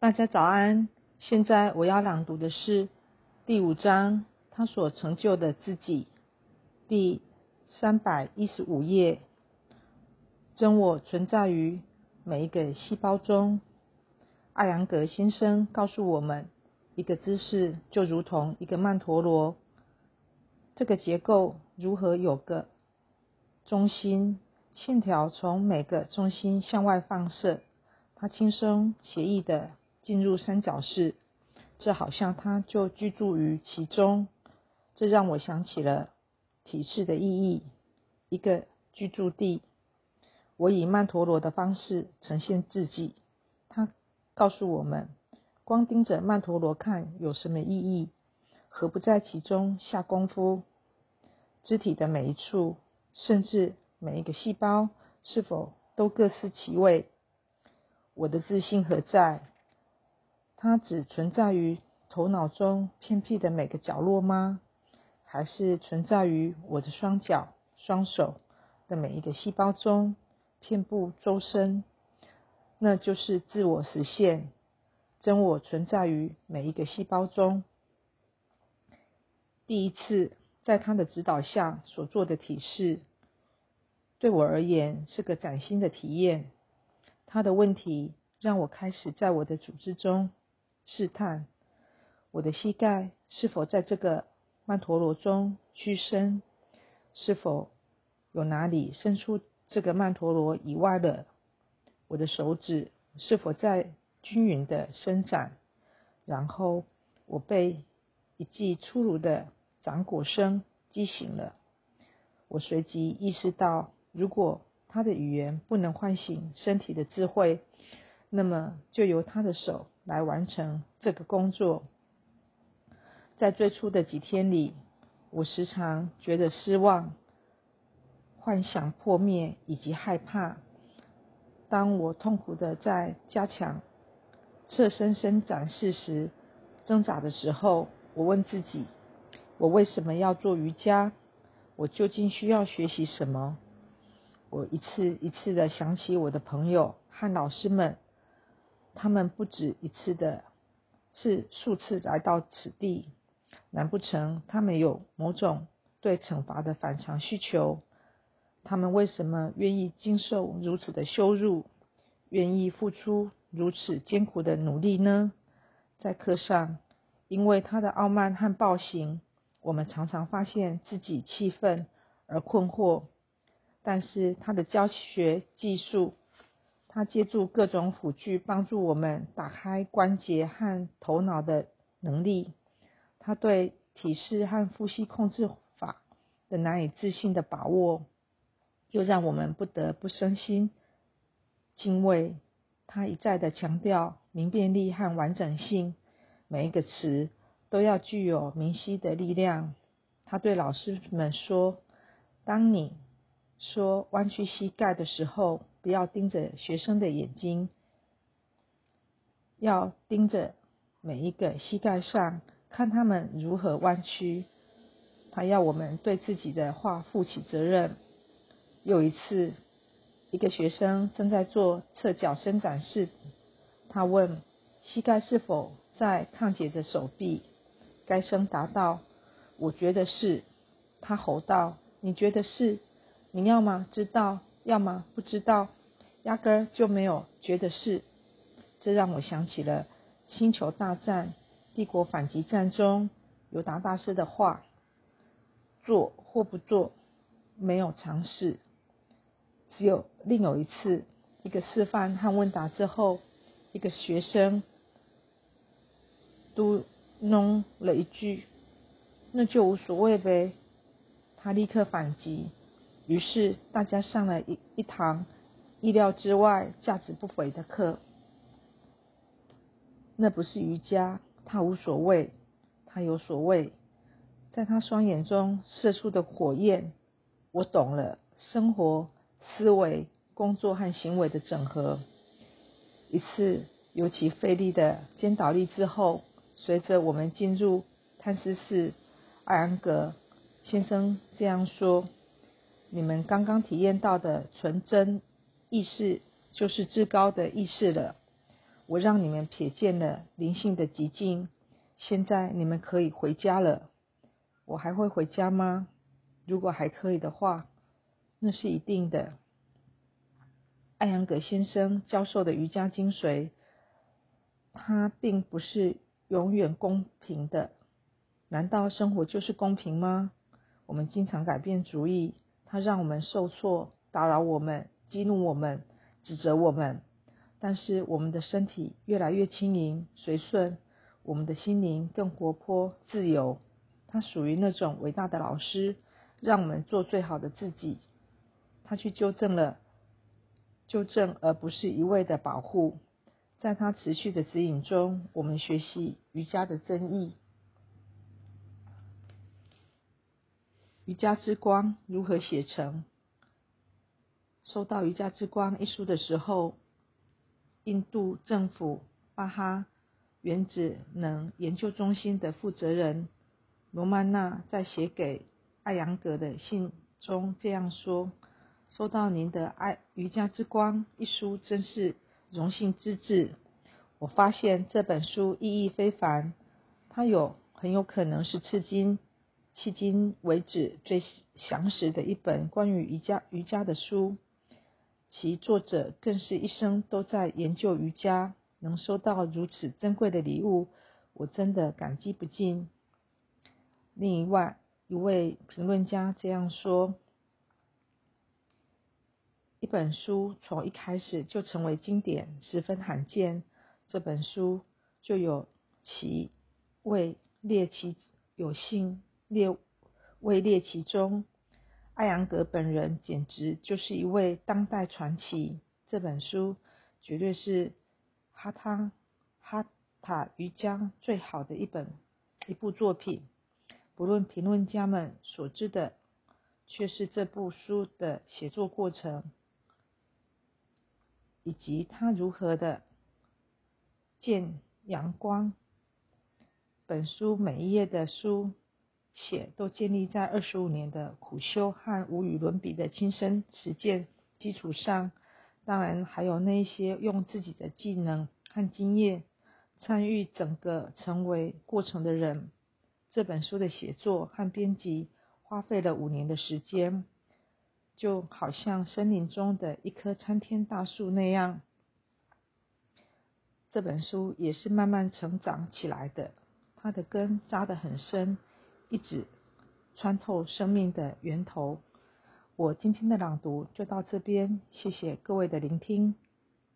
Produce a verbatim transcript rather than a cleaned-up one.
大家早安，现在我要朗读的是第五章，他所成就的自己，第三百一十五页。真我存在于每一个细胞中。艾扬格先生告诉我们，一个姿势就如同一个曼陀罗，这个结构如何有个中心，线条从每个中心向外放射，它轻松写意地进入三角式，这好像它就居住于其中。这让我想起了体式的意义，一个居住地。我以曼陀罗的方式呈现自己，它告诉我们，光盯着曼陀罗看有什么意义，何不在其中下功夫？肢体的每一处，甚至每一个细胞，是否都各司其位？我的自信何在？它只存在于头脑中偏僻的每个角落吗？还是存在于我的双脚、双手的每一个细胞中，遍布周身？那就是自我实现，真我存在于每一个细胞中。第一次在他的指导下所做的体式，对我而言是个崭新的体验。他的问题让我开始在我的组织中试探，我的膝盖是否在这个曼陀罗中屈伸，是否有哪里伸出这个曼陀罗以外了？我的手指是否在均匀的伸展？然后我被一记粗鲁的掌果声激醒了。我随即意识到，如果他的语言不能唤醒身体的智慧，那么就由他的手来完成这个工作。在最初的几天里，我时常觉得失望、幻想破灭以及害怕。当我痛苦的在加强侧身伸展式时挣扎的时候，我问自己，我为什么要做瑜伽？我究竟需要学习什么？我一次一次的想起我的朋友和老师们，他们不止一次的，是数次来到此地。难不成他们有某种对惩罚的反常需求？他们为什么愿意经受如此的羞辱，愿意付出如此艰苦的努力呢？在课上，因为他的傲慢和暴行，我们常常发现自己气愤而困惑。但是他的教学技术，他借助各种辅具帮助我们打开关节和头脑的能力。他对体式和呼吸控制法的难以置信的把握，又让我们不得不身心敬畏。他一再的强调明辨力和完整性，每一个词都要具有明晰的力量。他对老师们说，当你说弯曲膝盖的时候，不要盯着学生的眼睛，要盯着每一个膝盖上，看他们如何弯曲。他要我们对自己的话负起责任。有一次，一个学生正在做侧脚伸展式，他问膝盖是否在抗解着手臂。该生答道，我觉得是。他吼道，你觉得是？你要么知道，要么不知道，压根儿就没有觉得是。这让我想起了星球大战帝国反击战中尤达大师的话，做或不做，没有常识。只有另有一次，一个示范和问答之后，一个学生嘟哝了一句，那就无所谓呗。他立刻反击，于是大家上了一一堂意料之外、价值不菲的课。那不是瑜伽，他无所谓，他有所谓。在他双眼中射出的火焰，我懂了，生活、思维、工作和行为的整合。一次尤其费力的肩倒立之后，随着我们进入探视室，艾安格先生这样说，你们刚刚体验到的纯真意识就是至高的意识了。 我让你们瞥见了灵性的极境，现在你们可以回家了。我还会回家吗？如果还可以的话，那是一定的。艾扬格先生教授的瑜伽精髓，它并不是永远公平的。难道生活就是公平吗？我们经常改变主意，它让我们受挫，打扰我们，激怒我们，指责我们。但是我们的身体越来越轻盈随顺，我们的心灵更活泼自由。它属于那种伟大的老师，让我们做最好的自己。他去纠正了纠正，而不是一味的保护。在他持续的指引中，我们学习瑜伽的真意。瑜伽之光如何写成？收到《瑜伽之光》一书的时候，印度政府巴哈原子能研究中心的负责人罗曼娜在写给艾扬格的信中这样说：收到您的爱《瑜伽之光》一书真是荣幸之至。我发现这本书意义非凡，它有很有可能是至今迄今为止最详实的一本关于瑜伽瑜伽的书，其作者更是一生都在研究瑜伽，能收到如此珍贵的礼物，我真的感激不尽。另外一位评论家这样说：一本书从一开始就成为经典，十分罕见。这本书就有其位列其有幸列位列其中。艾扬格本人简直就是一位当代传奇。这本书绝对是哈他哈塔瑜伽最好的一本一部作品。不论评论家们所知的，却是这部书的写作过程，以及他如何的见阳光。本书每一页的书写都建立在二十五年的苦修和无与伦比的亲身实践基础上，当然还有那些用自己的技能和经验参与整个成为过程的人。这本书的写作和编辑花费了五年的时间，就好像森林中的一棵参天大树那样，这本书也是慢慢成长起来的。它的根扎得很深，一直穿透生命的源头。我今天的朗读就到这边，谢谢各位的聆听。